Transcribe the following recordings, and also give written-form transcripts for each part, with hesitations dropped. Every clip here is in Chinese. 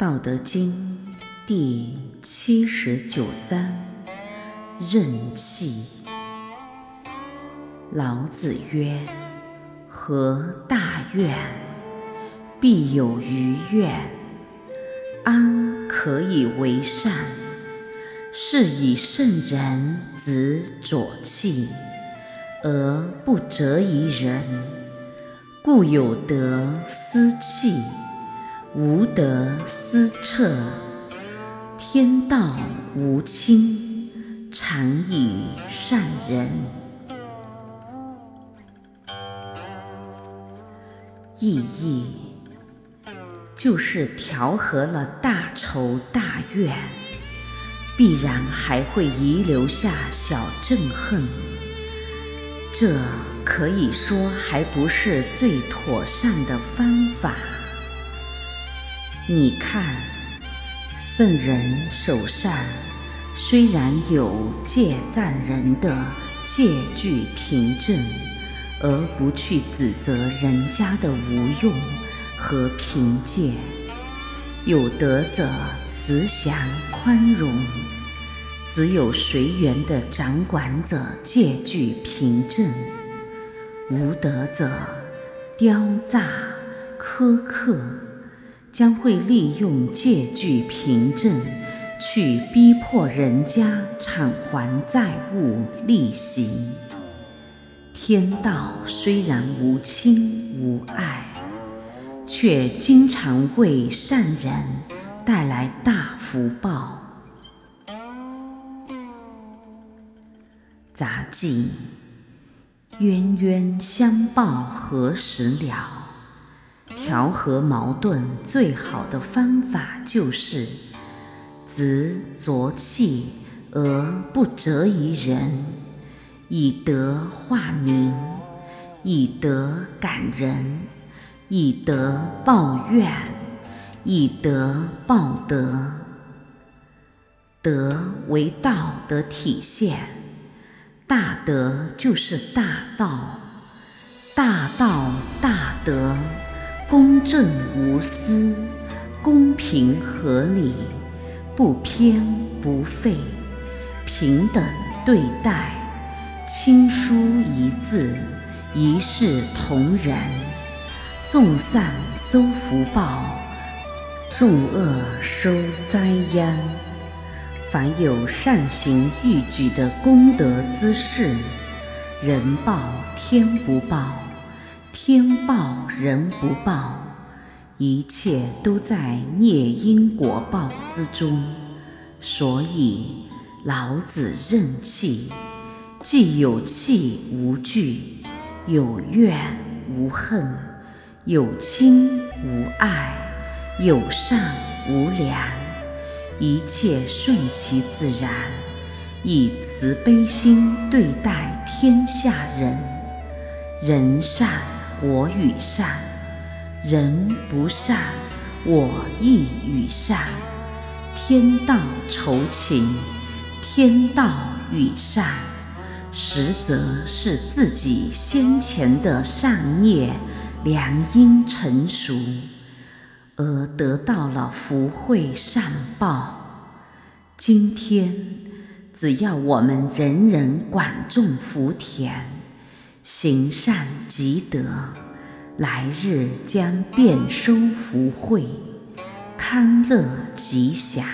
道德经第79章：任气。老子曰：何大怨？必有余怨。安可以为善？是以圣人子左气，而不责于人。故有德思气，无德思彻。天道无亲，常以善人。意义就是调和了大仇大怨，必然还会遗留下小憎恨，这可以说还不是最妥善的方法。你看，圣人手上虽然有戒赞人的戒具凭证，而不去指责人家的无用和凭借，有德者慈祥宽容，只有随缘的掌管者戒具凭证，无德者刁诈苛刻，将会利用戒具凭证去逼迫人家偿还债务利息。天道虽然无亲无爱，却经常为善人带来大福报。杂记：冤冤相报何时了？调和矛盾最好的方法就是子左气而不责于人，以德化民，以德感人，以德报怨，以德报德。德为道的体现，大德就是大道，大道大德，公正无私，公平合理，不偏不废，平等对待，亲疏一致，一视同仁，众善收福报，众恶收灾殃。凡有善行欲举的功德之事，人报天不报，天报人不报，一切都在孽因果报之中。所以老子任气，既有气无惧，有怨无恨，有亲无爱，有善无良，一切顺其自然，以慈悲心对待天下人。人善我与善，人不善我亦与善。天道酬勤，天道与善，实则是自己先前的善业良因成熟，而得到了福慧善报。今天只要我们人人管种福田，行善积德，来日将遍收福慧，康乐吉祥。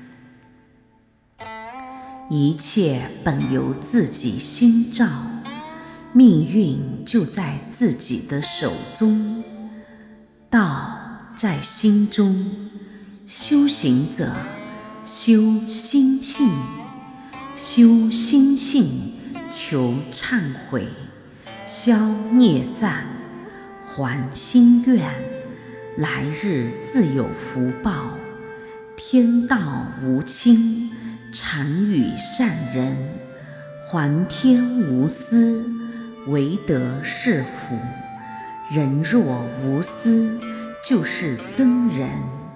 一切本由自己心造，命运就在自己的手中。道在心中，修行者修心性，修心性求忏悔，消孽障，还心愿，来日自有福报。天道无亲，常与善人，还天无私，唯德是福。人若无私，就是真人。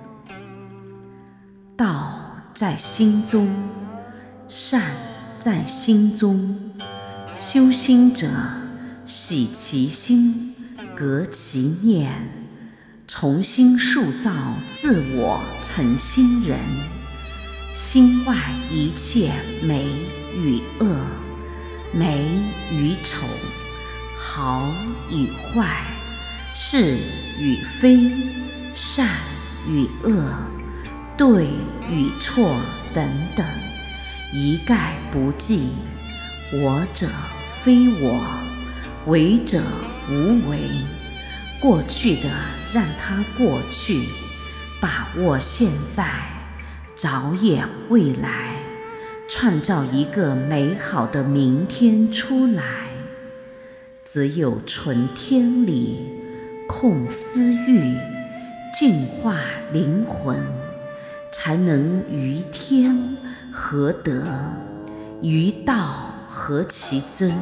道在心中，善在心中，修心者洗其心，革其念， 重新塑造自我成新人。心外一切美与恶，美与丑，好与坏，是与非，善与恶，对与错等等，一概不计。我者非我，为者无为。过去的让它过去，把握现在，着眼未来，创造一个美好的明天出来。只有存天理，控私欲，净化灵魂，才能于天合德，于道合其真。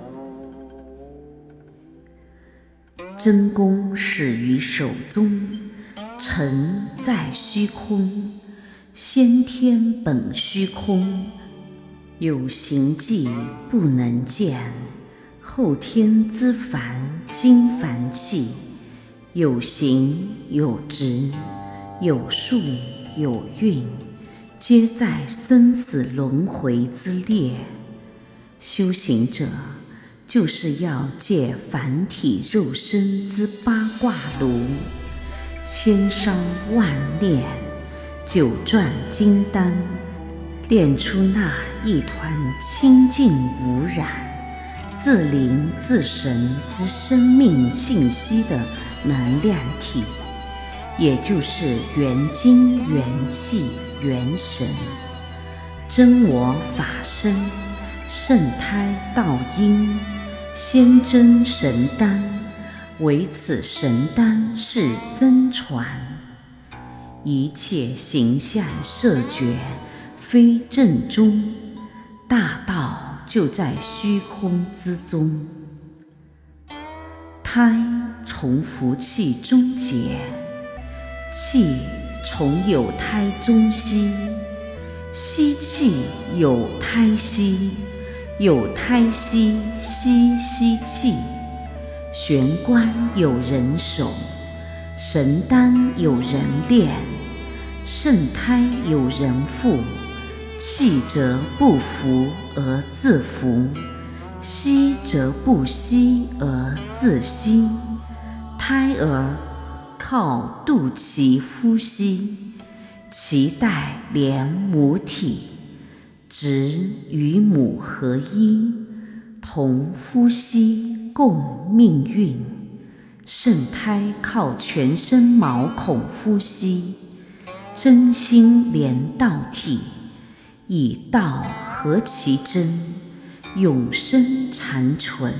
真功始于手中，诚在虚空。先天本虚空，有形迹不能见。后天之凡今凡气，有形有质，有数有运，皆在生死轮回之列。修行者就是要借凡体肉身之八卦炉，千烧万炼，九转金丹，炼出那一团清净无染、自灵自神之生命信息的能量体，也就是元精、元气、元神。真我法身，圣胎道因，先真神丹，唯此神丹是真传。一切形象色觉非正宗，大道就在虚空之中。胎从福气中结，气从有胎中吸，吸气有胎吸，有胎吸吸气。玄关有人守，神丹有人炼，圣胎有人附。气则不服而自服，息则不息而自息。胎儿靠肚脐呼吸，脐带连母体，直与母合一，同呼吸共命运。圣胎靠全身毛孔呼吸，真心连道体，以道合其真，永生长存。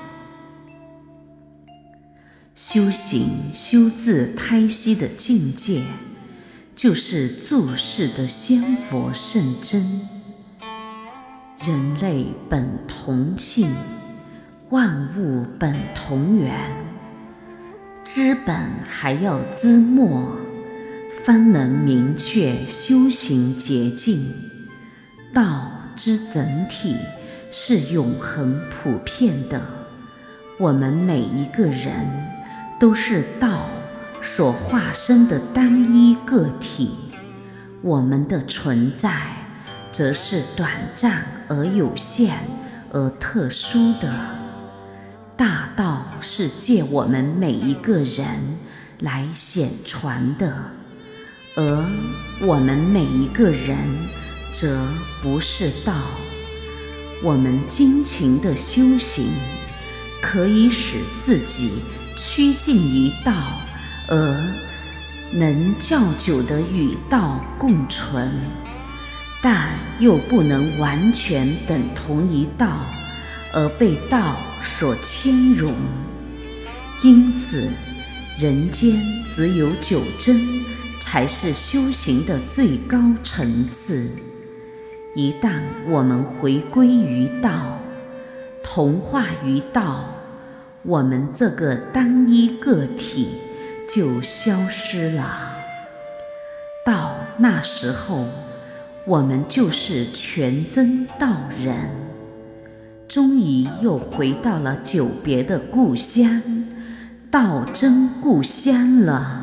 修行修自胎息的境界，就是住世的仙佛圣真。人类本同性，万物本同源，知本还要知末，方能明确修行捷径。道之整体是永恒普遍的，我们每一个人都是道所化身的单一个体，我们的存在则是短暂而有限而特殊的。大道是借我们每一个人来显传的，而我们每一个人则不是道。我们精勤的修行，可以使自己趋近于道，而能较久地与道共存，但又不能完全等同于道，而被道所牵融。因此，人间只有九真才是修行的最高层次。一旦我们回归于道，同化于道，我们这个单一个体就消失了。到那时候，我们就是全真道人，终于又回到了久别的故乡，道真故乡了。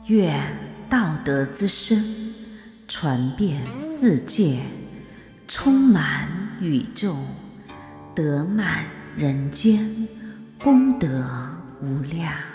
愿道德之声传遍世界，充满宇宙，德满人间，功德无量。